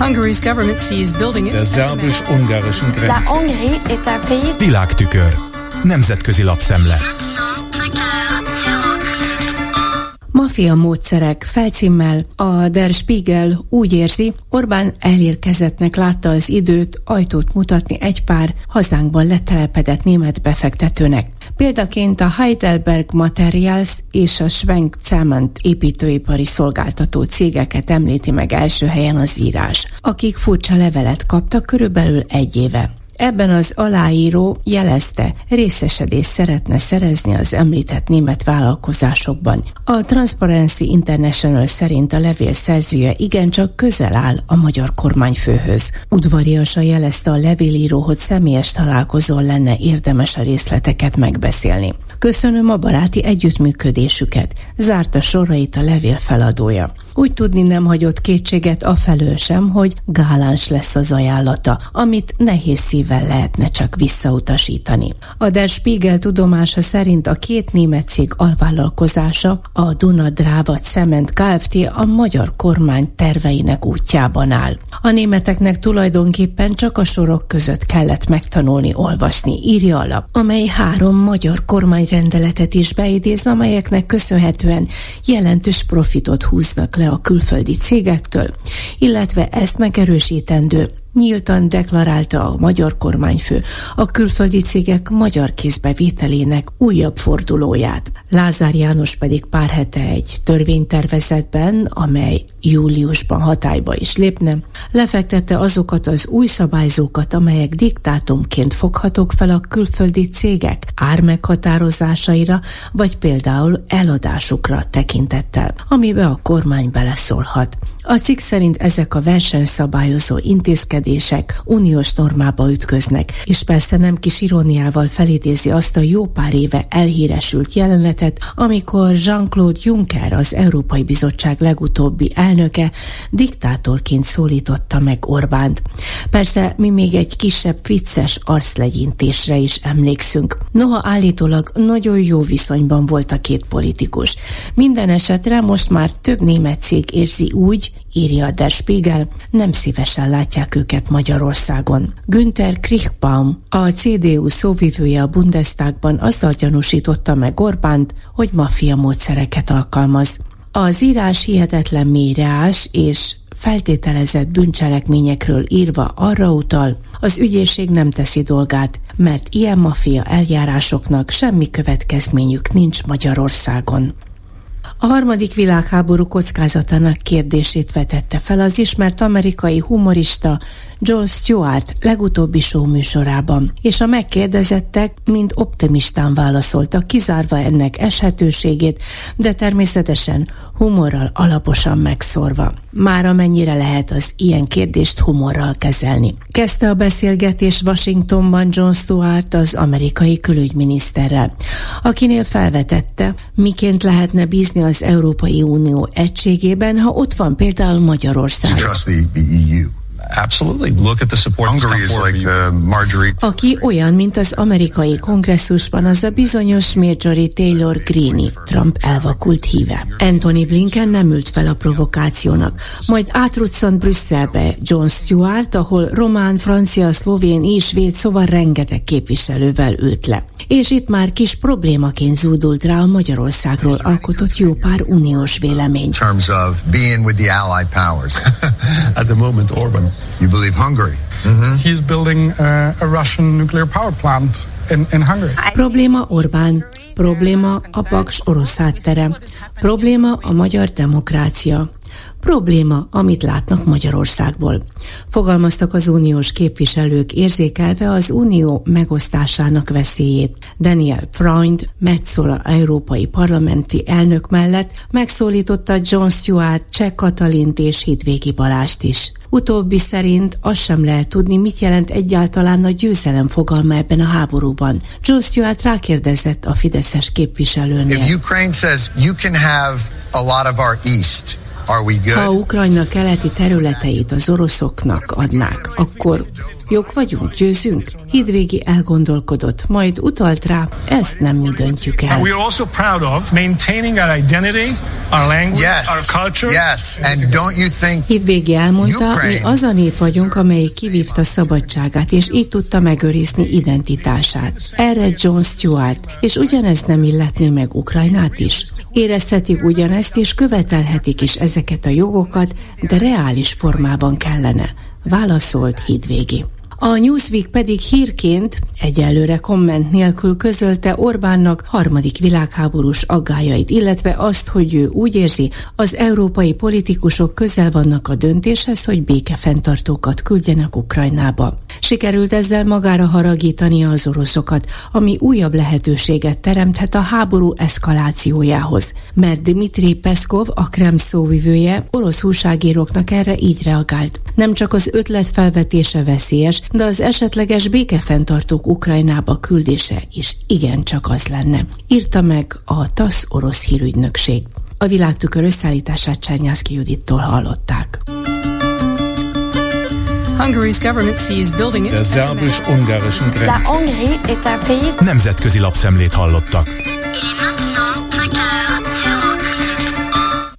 der szerbus-ungarischen Grenze. Világtükör. Nemzetközi lapszemle. Maffia módszerek felcímmel a Der Spiegel úgy érzi, Orbán elérkezettnek látta az időt ajtót mutatni egy pár hazánkban letelepedett német befektetőnek. Példaként a Heidelberg Materials és a Schwenk Cement építőipari szolgáltató cégeket említi meg első helyen az írás, akik furcsa levelet kaptak körülbelül egy éve. Ebben az aláíró jelezte, részesedést szeretne szerezni az említett német vállalkozásokban. A Transparency International szerint a levél szerzője igencsak közel áll a magyar kormányfőhöz. Udvariasan jelezte a levélíró, hogy személyes találkozón lenne érdemes a részleteket megbeszélni. Köszönöm a baráti együttműködésüket, zárta sorait a levél feladója. Úgy tudni nem hagyott kétséget afelől sem, hogy gáláns lesz az ajánlata, amit nehéz szívvel lehetne csak visszautasítani. A Der Spiegel tudomása szerint a két német cég alvállalkozása, a Duna-Dráva Cement Kft. A magyar kormány terveinek útjában áll. A németeknek tulajdonképpen csak a sorok között kellett megtanulni olvasni, írja a lap, amely 3 magyar kormányrendeletet is beidéz, amelyeknek köszönhetően jelentős profitot húznak le a külföldi cégektől, illetve ezt megerősítendő, nyíltan deklarálta a magyar kormányfő a külföldi cégek magyar kézbevételének újabb fordulóját. Lázár János pedig pár hete egy törvénytervezetben, amely júliusban hatályba is lépne, lefektette azokat az új szabályzókat, amelyek diktátumként foghatók fel a külföldi cégek ármeghatározásaira, vagy például eladásukra tekintettel, amibe a kormány beleszólhat. A cikk szerint ezek a versenyszabályozó intézkedések uniós normába ütköznek, és persze nem kis iróniával felidézi azt a jó pár éve elhíresült jelenetet, amikor Jean-Claude Juncker, az Európai Bizottság legutóbbi elnöke, diktátorként szólította meg Orbánt. Persze mi még egy kisebb vicces arclegyintésre is emlékszünk. Noha állítólag nagyon jó viszonyban volt a két politikus. Minden esetre most már több német cég érzi úgy, írja a Der Spiegel, nem szívesen látják őket Magyarországon. Günther Kriechbaum, a CDU szóvivője a Bundestagban azzal gyanúsította meg Orbánt, hogy maffia módszereket alkalmaz. Az írás hihetetlen mélyreás és feltételezett bűncselekményekről írva arra utal, az ügyészség nem teszi dolgát, mert ilyen maffia eljárásoknak semmi következményük nincs Magyarországon. A harmadik világháború kockázatának kérdését vetette fel az ismert amerikai humorista Jon Stewart legutóbbi show műsorában, és a megkérdezettek mind optimistán válaszoltak, kizárva ennek eshetőségét, de természetesen humorral alaposan megszórva. Már amennyire lehet az ilyen kérdést humorral kezelni. Kezdte a beszélgetés Washingtonban Jon Stewart az amerikai külügyminiszterrel, akinél felvetette, miként lehetne bízni az Európai Unió egységében, ha ott van például Magyarország. Absolutely. Look at the support. Hungary is like the Marjorie. Aki olyan, mint az amerikai kongresszusban az a bizonyos Marjorie Taylor Greene, Trump elvakult híve. Antony Blinken nem ült fel a provokációnak, majd átruccant Brüsszelbe Jon Stewart, ahol román, francia, szlovén és svéd, szóval rengeteg képviselővel ült le. És itt már kis problémaként zúdult rá a Magyarországról alkotott jó pár uniós vélemény. In terms of being with the allied powers. At the moment, Orbán. You believe Hungary? He's building a Russian nuclear power plant in Hungary. Probléma Orbán, probléma a Paks orosz háttere, probléma a magyar demokrácia, probléma, amit látnak Magyarországból. Fogalmaztak az uniós képviselők, érzékelve az unió megosztásának veszélyét. Daniel Freund, Metsola európai parlamenti elnök mellett megszólította Jon Stewart, Cseh Katalint és Hidvégi Balást is. Utóbbi szerint azt sem lehet tudni, mit jelent egyáltalán a győzelem fogalma ebben a háborúban. Jon Stewart rákérdezett a fideszes képviselőnél. If Ukraine says you can have a lot of our east, are we good? Ha Ukrajna keleti területeit az oroszoknak adnák, akkor Jók vagyunk, győzünk? Hídvégi elgondolkodott, majd utalt rá, ezt nem mi döntjük el. We are also proud of maintaining our identity, our language, our culture. Yes, and don't you think Hídvégi elmondta, mi az a nép vagyunk, amely kivívta szabadságát, és így tudta megőrizni identitását. Erre Jon Stewart, és ugyanez nem illetné meg Ukrajnát is. Érezhetik ugyanezt, és követelhetik is ezeket a jogokat, de reális formában kellene, válaszolt Hídvégi. A Newsweek pedig hírként, egyelőre komment nélkül közölte Orbánnak harmadik világháborús aggályait, illetve azt, hogy ő úgy érzi, az európai politikusok közel vannak a döntéshez, hogy békefenntartókat küldjenek Ukrajnába. Sikerült ezzel magára haragítania az oroszokat, ami újabb lehetőséget teremthet a háború eszkalációjához, mert Dmitri Peszkov, a Kreml szóvivője, orosz újságíróknak erre így reagált. Nem csak az ötlet felvetése veszélyes, de az esetleges békefenntartók Ukrajnába küldése is igencsak az lenne, írta meg a TASZ orosz hírügynökség. A Világtükör összeállítását Csernyászki Judittól hallották. Der szerbus-ungarischen Grenze. Nemzetközi lapszemlét hallottak.